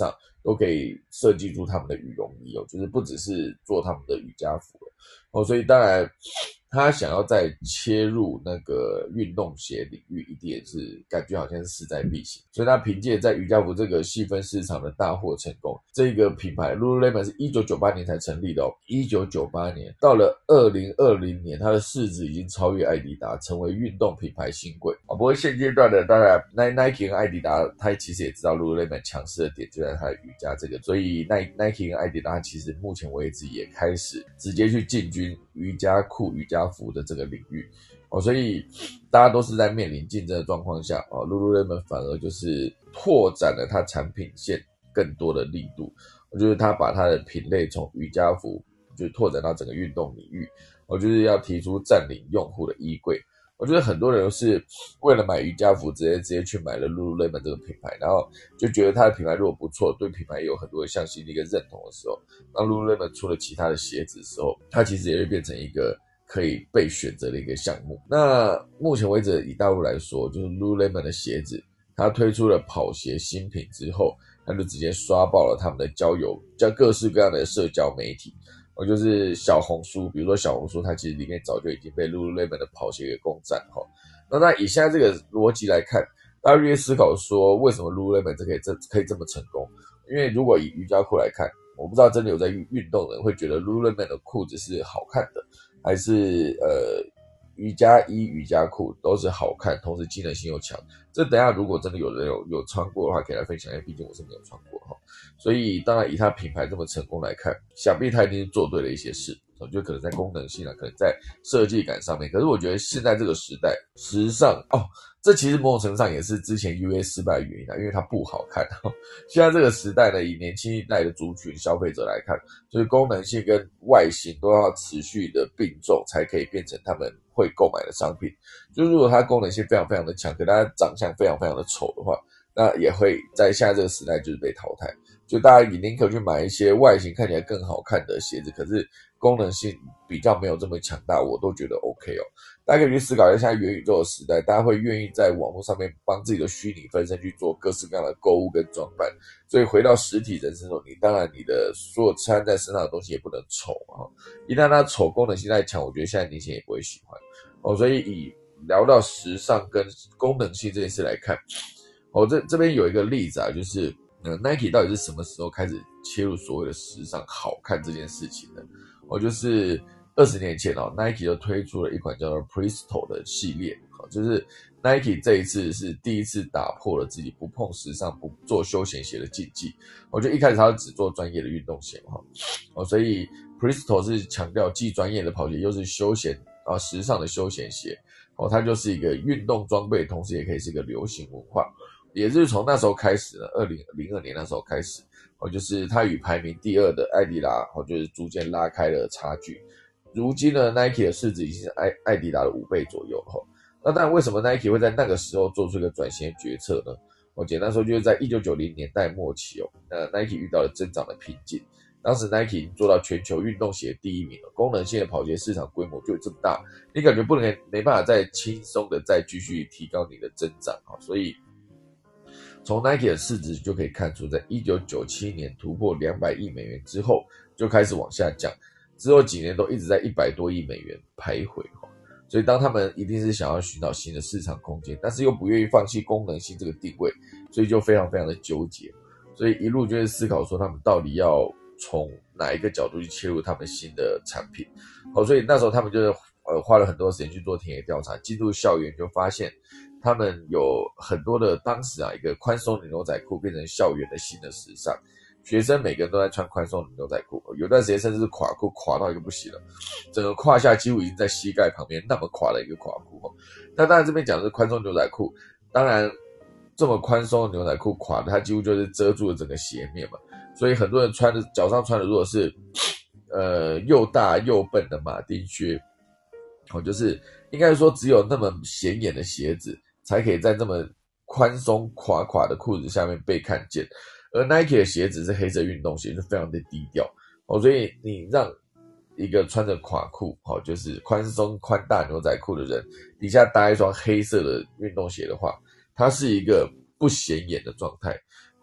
都可以设计出他们的羽绒衣哦，就是不只是做他们的瑜伽服了哦，所以当然他想要再切入那个运动鞋领域，一定也是感觉好像是势在必行，所以他凭借在瑜伽服这个细分市场的大获成功，这个品牌 Lululemon 是一九九八年才成立的哦，一九九八年到了二零二零年，它的市值已经超越艾迪达，成为运动品牌新贵啊。不过现阶段的当然 Nike 跟艾迪达，他其实也知道 Lululemon 强势的点就在它的瑜伽这个，所以 Nike 跟艾迪达其实目前为止也开始直接去进军瑜伽裤、瑜伽服的这个领域哦，所以大家都是在面临竞争的状况下哦 ，Lululemon 反而就是拓展了它产品线更多的力度，就是它把它的品类从瑜伽服就拓展到整个运动领域，我就是要提出占领用户的衣柜。我觉得很多人是为了买瑜伽服，直接直接去买了 Lululemon 这个品牌，然后就觉得它的品牌如果不错，对品牌也有很多的向心力跟认同的时候，当 Lululemon 出了其他的鞋子的时候，它其实也会变成一个可以被选择的一个项目。那目前为止以大陆来说，就是 Lululemon 的鞋子，它推出了跑鞋新品之后，它就直接刷爆了他们的交友，叫各式各样的社交媒体。哦，就是小红书，比如说小红书，它其实里面早就已经被 Lululemon 的跑鞋给攻占哈。那那以现在这个逻辑来看，大家就会思考说，为什么 Lululemon 这可以这可以这么成功？因为如果以瑜伽裤来看，我不知道真的有在运动的人会觉得 Lululemon 的裤子是好看的，还是呃瑜伽衣、瑜伽裤都是好看，同时机能性又强。这等一下如果真的有人有有穿过的话，可以来分享一下，毕竟我是没有穿过哈。所以当然以它品牌这么成功来看，想必它一定是做对了一些事，我觉得可能在功能性啊，可能在设计感上面。可是我觉得现在这个时代，时尚哦，这其实某种程度上也是之前 U A 失败的原因啊，因为它不好看。现在这个时代呢，以年轻一代的族群消费者来看，就是功能性跟外形都要持续的并重，才可以变成他们会购买的商品。就是如果它功能性非常非常的强，可它长相非常非常的丑的话，那也会在现在这个时代就是被淘汰。就大家也宁可去买一些外形看起来更好看的鞋子，可是功能性比较没有这么强大，我都觉得 OK 哦。大家可以去思考一下，现在元宇宙的时代，大家会愿意在网络上面帮自己的虚拟分身去做各式各样的购物跟装扮。所以回到实体人生中，你当然你的所有穿在身上的东西也不能丑啊。一旦它丑，功能性太强，我觉得现在年轻人也不会喜欢哦。所以以聊到时尚跟功能性这件事来看，哦，这这边有一个例子啊，就是。呃 Nike 到底是什么时候开始切入所谓的时尚好看这件事情的？哦，就是二十年前哦 ，Nike 就推出了一款叫做 Presto 的系列，哦，就是 Nike 这一次是第一次打破了自己不碰时尚、不做休闲鞋的禁忌。我觉得一开始他只做专业的运动鞋嘛，哦，所以 Presto 是强调既专业的跑鞋又是休闲啊时尚的休闲鞋，哦，它就是一个运动装备，同时也可以是一个流行文化。也就是从那时候开始呢，二零零二年那时候开始，哦，就是它与排名第二的艾迪达，哦，就是逐渐拉开了差距。如今呢 ，Nike 的市值已经是艾艾迪达的五倍左右，哈。那当然，为什么 Nike 会在那个时候做出一个转型的决策呢？我简单说，就是在一九九零年代末期哦，那 Nike 遇到了增长的瓶颈。当时 Nike 已经做到全球运动鞋第一名了，功能性的跑鞋市场规模就这么大，你感觉不能没办法再轻松的再继续提高你的增长啊，所以。从 Nike 的市值就可以看出，在一九九七年突破两百亿美元之后，就开始往下降，之后几年都一直在一百多亿美元徘徊。所以当他们一定是想要寻找新的市场空间，但是又不愿意放弃功能性这个定位，所以就非常非常的纠结。所以一路就是思考说，他们到底要从哪一个角度去切入他们新的产品。好，所以那时候他们就是呃花了很多时间去做田野调查，进入校园就发现。他们有很多的当时啊，一个宽松的牛仔裤变成校园的新的时尚，学生每个人都在穿宽松的牛仔裤，有段时间甚至是垮裤，垮到一个不行了，整个胯下几乎已经在膝盖旁边那么垮的一个垮裤。那当然这边讲的是宽松牛仔裤，当然这么宽松的牛仔裤垮的，它几乎就是遮住了整个鞋面嘛，所以很多人穿的脚上穿的如果是呃又大又笨的马丁靴，哦，就是应该说只有那么显眼的鞋子。才可以在这么宽松垮垮的裤子下面被看见，而 Nike 的鞋子是黑色运动鞋，就非常的低调哦，所以你让一个穿着垮裤，哦，就是宽松宽大牛仔裤的人，底下搭一双黑色的运动鞋的话，它是一个不显眼的状态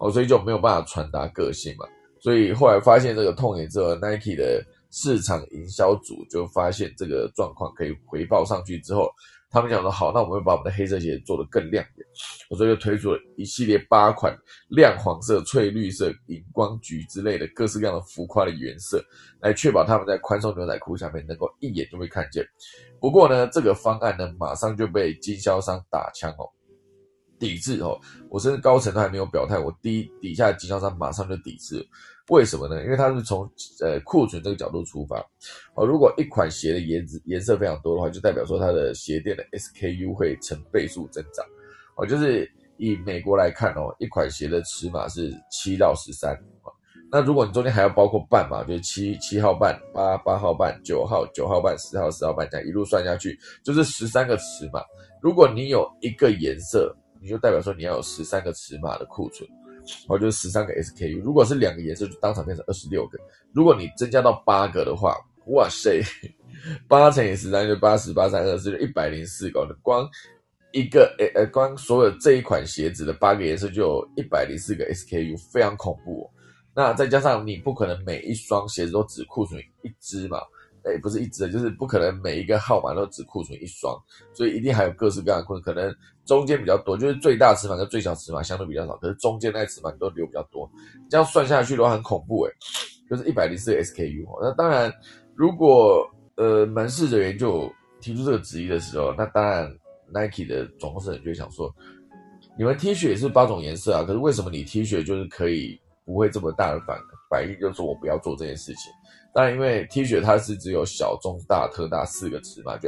哦，所以就没有办法传达个性嘛。所以后来发现这个痛点之后 ，Nike 的市场营销组就发现这个状况可以回报上去之后，他们想说好，那我们会把我们的黑色鞋做得更亮眼，所以就推出了一系列八款亮黄色、翠绿色、荧光橘之类的各式各样的浮夸的颜色，来确保他们在宽松牛仔裤下面能够一眼就会看见。不过呢，这个方案呢，马上就被经销商打枪哦。抵制哦，我甚至高层都还没有表态，我低底下的经销商马上就抵制。为什么呢？因为它是从呃库存这个角度出发哦。如果一款鞋的颜颜色非常多的话，就代表说它的鞋店的 S K U 会成倍数增长哦。就是以美国来看哦，一款鞋的尺码是七到十三哦。那如果你中间还要包括半码，就是七七号半、八八号半、九号九号半、十号十号半，这样一路算下去，就是十三个尺码。如果你有一个颜色，你就代表说你要有十三个尺码的库存，或就是十三个 S K U。如果是两个颜色，就当场变成二十六个。如果你增加到八个的话，哇塞，八乘以十三就八十，八三二四就一百零四个。光一个呃光所有这一款鞋子的八个颜色就有一百零四个 S K U， 非常恐怖哦。那再加上你不可能每一双鞋子都只库存一只嘛。诶，不是一只的，就是不可能每一个号码都只库存一双，所以一定还有各式各样的库存，可能中间比较多，就是最大尺码跟最小尺码相对比较少，可是中间那尺码都留比较多，这样算下去的话很恐怖诶，就是一百零四个 S K U。那当然，如果呃门市人员就提出这个质疑的时候，那当然 Nike 的总公司人就会想说，你们 T 恤也是八种颜色啊，可是为什么你 T 恤就是可以不会这么大的反反应，就是说我不要做这件事情。当然，因为 T 恤它是只有小、中、大、特大四个尺码，就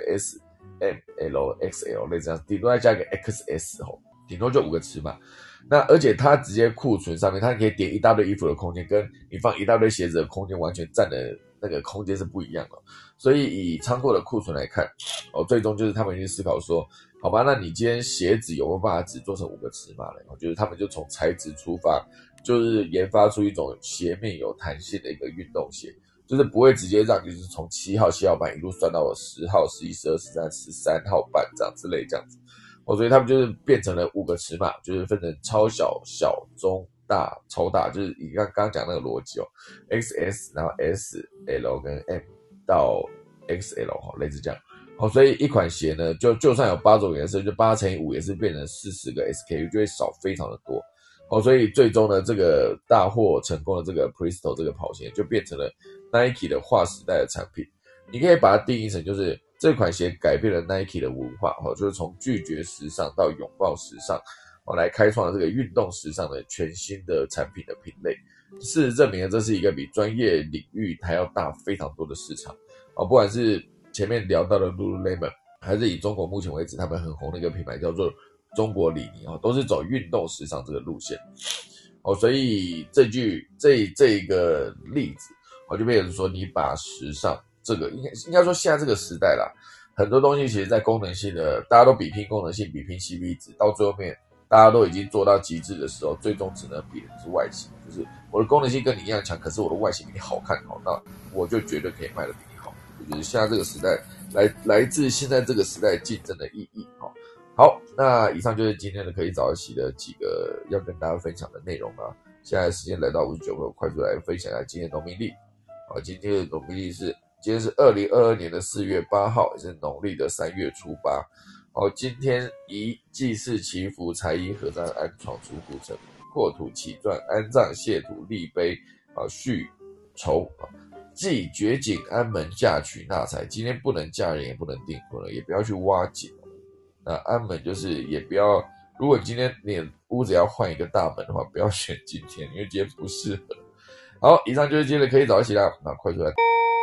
S、M、L、X L 类这样，顶多再加一个 X S 吼，顶多就五个尺码。那而且它直接库存上面，它可以叠一大堆衣服的空间，跟你放一大堆鞋子的空间完全占的那个空间是不一样的。所以以仓库的库存来看，哦，最终就是他们去思考说，好吧，那你今天鞋子有没有办法只做成五个尺码呢？就是他们就从材质出发，就是研发出一种鞋面有弹性的一个运动鞋。就是不会直接让你就是从七号七号半一路算到了十号十一十二十三十三号半这样之类这样子哦，所以他们就是变成了五个尺码，就是分成超小小中大超大，就是以刚刚讲那个逻辑哦 ，X S 然后 S L 跟 M 到 X L 哈，类似这样哦，所以一款鞋呢，就就算有八种颜色，就八乘以五也是变成四十个 S K U， 就会少非常的多。哦，所以最终呢，这个大获成功的这个 Presto 这个跑鞋就变成了 Nike 的划时代的产品。你可以把它定义成就是这款鞋改变了 Nike 的文化，哦，就是从拒绝时尚到拥抱时尚，哦，来开创了这个运动时尚的全新的产品的品类。事实证明了这是一个比专业领域还要大非常多的市场。哦，不管是前面聊到的 Lululemon， 还是以中国目前为止他们很红的一个品牌叫做中国李宁哦，都是走运动时尚这个路线哦，所以这句这这一个例子，我就变成说，你把时尚这个应该应该说现在这个时代啦，很多东西其实在功能性的，大家都比拼功能性，比拼 C P 值，到最后面大家都已经做到极致的时候，最终只能比的是外形，就是我的功能性跟你一样强，可是我的外形比你好看，好，那我就绝对可以卖得比你好。就是现在这个时代来来自现在这个时代竞争的意义哦。好，那以上就是今天的可以早起的几个要跟大家分享的内容啊。现在时间来到五十九分，我快速来分享一下今天的农民历。好，今天的农民历是今天是二零二二年的四月八号，也是农历的三月初八。好，今天宜祭祀祈福、财衣合葬、安床、出户成、破土起钻、安葬、谢土、立碑啊、续筹啊。祭掘井、安门、嫁娶、纳财。今天不能嫁人，也不能订婚了，也不要去挖井。那安门就是也不要，如果今天你屋子要换一个大门的话，不要选今天，因为今天不适合。好，以上就是今天的可以早起啦。那快出来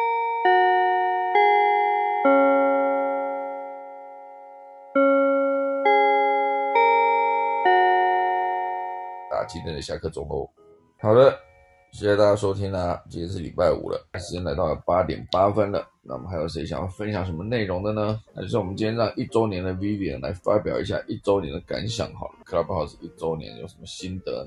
打今天的下课钟喽。好的，谢谢大家收听啦，今天是礼拜五了，时间来到了八点八分了。那我们还有谁想要分享什么内容的呢？那就是我们今天让一周年的 Vivian 来发表一下一周年的感想好了。Clubhouse 一周年有什么心得呢？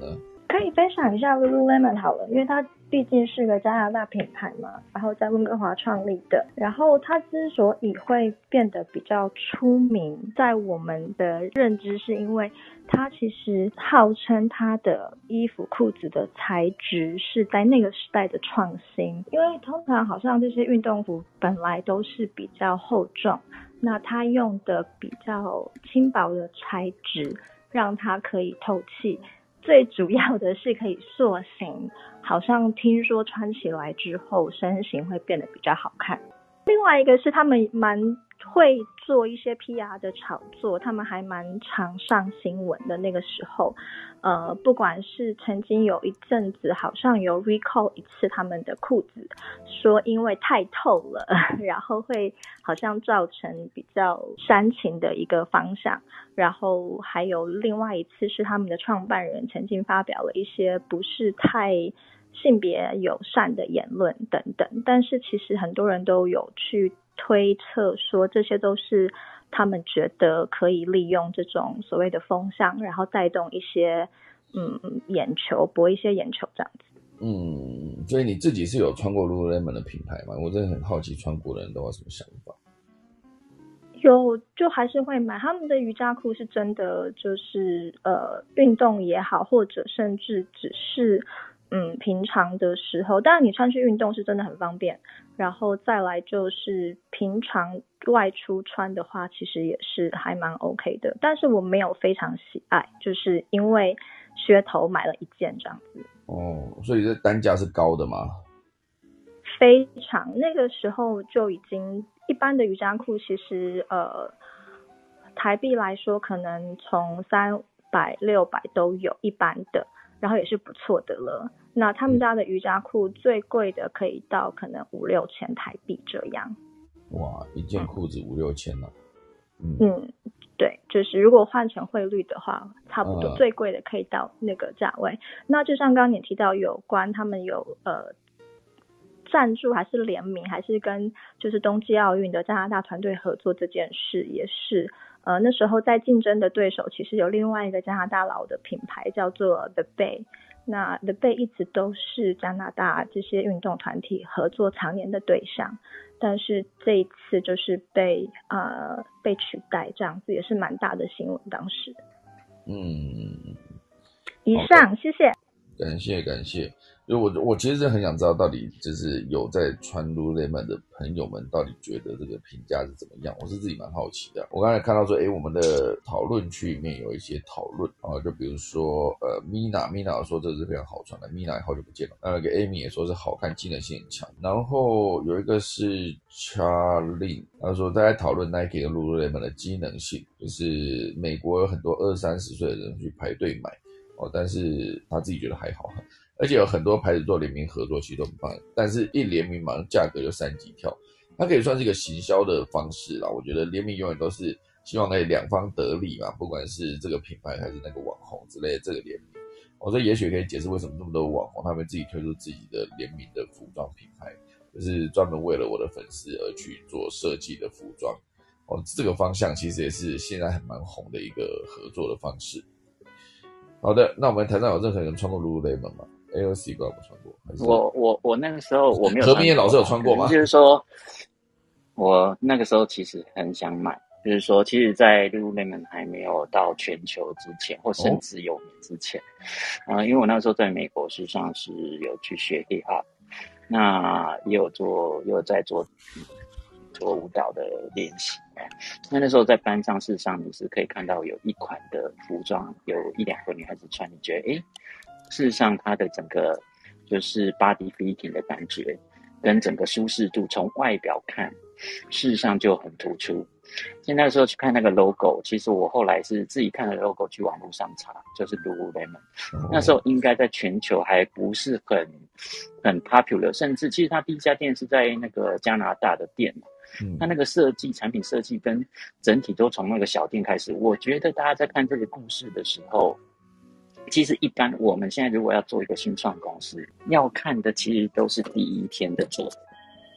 可以分享一下 Lululemon 好了，因为它毕竟是个加拿大品牌嘛，然后在温哥华创立的，然后它之所以会变得比较出名，在我们的认知是因为它其实号称它的衣服裤子的材质是在那个时代的创新，因为通常好像这些运动服本来都是比较厚重，那它用的比较轻薄的材质让它可以透气，最主要的是可以塑形，好像听说穿起来之后身形会变得比较好看。另外一个是他们蛮会做一些 P R 的炒作，他们还蛮常上新闻的。那个时候呃，不管是曾经有一阵子好像有 recall 一次他们的裤子，说因为太透了，然后会好像造成比较煽情的一个方向，然后还有另外一次是他们的创办人曾经发表了一些不是太性别友善的言论等等，但是其实很多人都有去推测说这些都是他们觉得可以利用这种所谓的风向，然后带动一些嗯眼球，博一些眼球这样子。 嗯，所以你自己是有穿过 Lululemon 的品牌吗？我真的很好奇穿过的人都有什么想法。 有，就还是会买他们的瑜伽裤，是真的就是呃运动也好，或者甚至只是嗯平常的时候，当然你穿去运动是真的很方便，然后再来就是平常外出穿的话其实也是还蛮 OK 的，但是我没有非常喜爱，就是因为噱头买了一件这样子。 哦，所以这单价是高的吗？ 非常，那个时候就已经一般的瑜伽裤其实呃台币来说可能从三百六百都有一般的，然后也是不错的了。那他们家的瑜伽裤最贵的可以到可能五六千台币这样。 哇，一件裤子五六千呢、啊。 嗯, 嗯对，就是如果换成汇率的话差不多、嗯、最贵的可以到那个价位。那就像刚刚你提到有关他们有呃赞助还是联名还是跟就是冬季奥运的加拿大团队合作这件事，也是呃那时候在竞争的对手其实有另外一个加拿大老的品牌叫做 The Bay， 那 The Bay 一直都是加拿大这些运动团体合作常年的对象，但是这一次就是被呃被取代，这样子也是蛮大的新闻当时。 嗯， 以上谢谢。 感谢感谢，就我我其实是很想知道，到底就是有在穿 Lululemon 的朋友们到底觉得这个评价是怎么样？我是自己蛮好奇的。我刚才看到说，诶，我们的讨论区里面有一些讨论啊，就比如说呃 Mina Mina 说这是非常好穿的 ，Mina 好久不见了。那个 Amy 也说是好看，机能性很强。然后有一个是 Charlene， 他说他在讨论 Nike 跟 Lululemon 的机能性，就是美国有很多二三十岁的人去排队买。哦，但是他自己觉得还好，而且有很多牌子做联名合作，其实都很棒。但是一联名马上价格就三级跳，它可以算是一个行销的方式啦。我觉得联名永远都是希望可以两方得利嘛，不管是这个品牌还是那个网红之类的这个联名。我、哦、这也许可以解释为什么这么多网红他们自己推出自己的联名的服装品牌，就是专门为了我的粉丝而去做设计的服装。哦，这个方向其实也是现在还蛮红的一个合作的方式。好的，那我们台上有任何人穿过 Lululemon 吗 ？A O C 不知道有没有穿过？ 我我我那个时候我没有穿过。 何冰燕老师有穿过吗？ 就是说，我那个时候其实很想买，就是说，其实，在 Lululemon 还没有到全球之前，或甚至有名之前，啊、哦呃，因为我那时候在美国，实际上是有去学 hip hop， 那也有做，也有在做做舞蹈的练习。那那时候在班上，事实上你是可以看到有一款的服装，有一两个女孩子穿，你觉得，诶，事实上它的整个就是 body fitting 的感觉，跟整个舒适度，从外表看，事实上就很突出。现在那时候去看那个 logo， 其实我后来是自己看了 logo 去网络上查，就是 Lululemon。Oh. 那时候应该在全球还不是很很 popular， 甚至其实它第一家店是在那个加拿大的店嘛。嗯、它那个设计、产品设计跟整体都从那个小店开始。我觉得大家在看这个故事的时候，其实一般我们现在如果要做一个新创公司，要看的其实都是第一天的作品。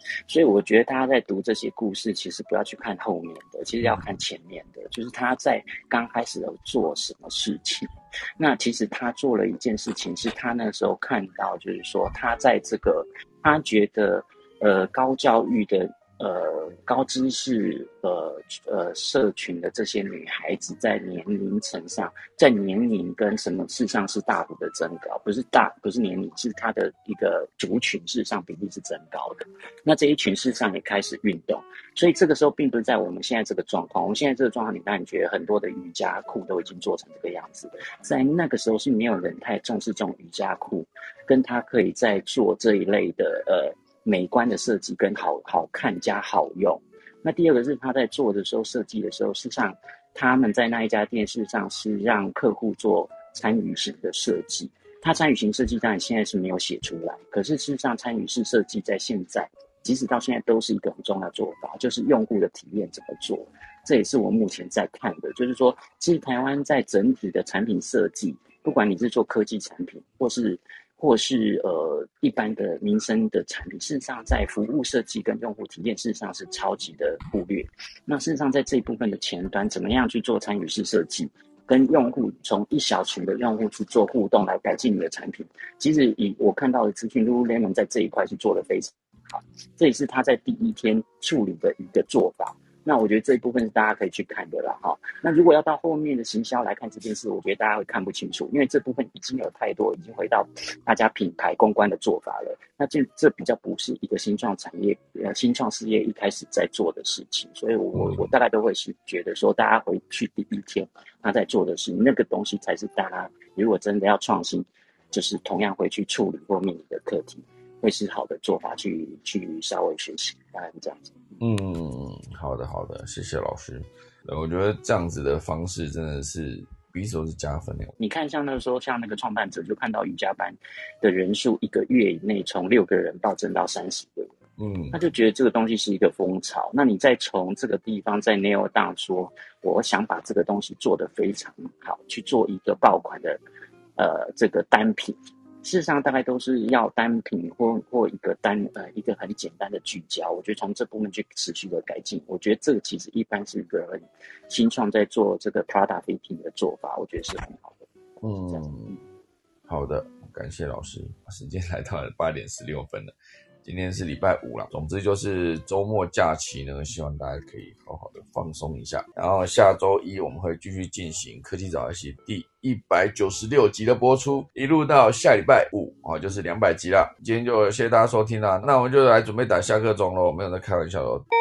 所以我觉得大家在读这些故事，其实不要去看后面的，其实要看前面的，就是他在刚开始有做什么事情。那其实他做了一件事情，是他那时候看到，就是说他在这个他觉得呃高教育的呃高知识呃呃社群的这些女孩子，在年龄层上，在年龄跟什么事实上是大幅的增高，不是大不是年龄，是她的一个族群事实上比例是增高的。那这一群事实上也开始运动，所以这个时候并不是在我们现在这个状况，我们现在这个状况，你当然觉得很多的瑜伽裤都已经做成这个样子，在那个时候是没有人太重视这种瑜伽裤，跟他可以在做这一类的呃美观的设计跟好好看加好用。那第二个是他在做的时候设计的时候，事实上他们在那一家店事实上是让客户做参与型的设计。他参与型设计当然现在是没有写出来，可是事实上参与式设计在现在即使到现在都是一个很重要的做法，就是用户的体验怎么做。这也是我目前在看的，就是说其实台湾在整体的产品设计，不管你是做科技产品或是或是呃一般的民生的产品，事实上在服务设计跟用户体验事实上是超级的忽略。那事实上在这一部分的前端，怎么样去做参与式设计，跟用户从一小群的用户去做互动来改进你的产品，其实以我看到的资讯 Lululemon 在这一块是做得非常好，这也是他在第一天处理的一个做法。那我觉得这一部分是大家可以去看的啦哈。那如果要到后面的行销来看这件事，我觉得大家会看不清楚，因为这部分已经有太多已经回到大家品牌公关的做法了。那这这比较不是一个新创产业呃新创事业一开始在做的事情，所以我我大概都会是觉得说，大家回去第一天他在做的事，那个东西才是大家如果真的要创新，就是同样会去处理或面临的课题，会是好的做法去去稍微学习，大概是这样子。 嗯，好的好的，谢谢老师。我觉得这样子的方式真的是彼此都是加分的。 你看像那个时候像那个创办者就看到瑜伽班的人数一个月以内从六个人暴增到三十个人，嗯，他就觉得这个东西是一个风潮。那你再从这个地方再 nail down 说，我想把这个东西做得非常好，去做一个爆款的呃这个单品。事实上大概都是要单品或或一个单呃一个很简单的聚焦，我觉得从这部分去持续的改进，我觉得这个其实一般是一个很新创在做这个 product fitting 的做法，我觉得是很好的。 嗯，好的，感谢老师。时间来到了八点十六分了，今天是礼拜五啦，总之就是周末假期呢，希望大家可以好好的放松一下。然后下周一我们会继续进行科技早自习第一百九十六集的播出，一路到下礼拜五哦，就是两百集啦。今天就谢谢大家收听啦，那我们就来准备打下课钟咯，没有在开玩笑咯。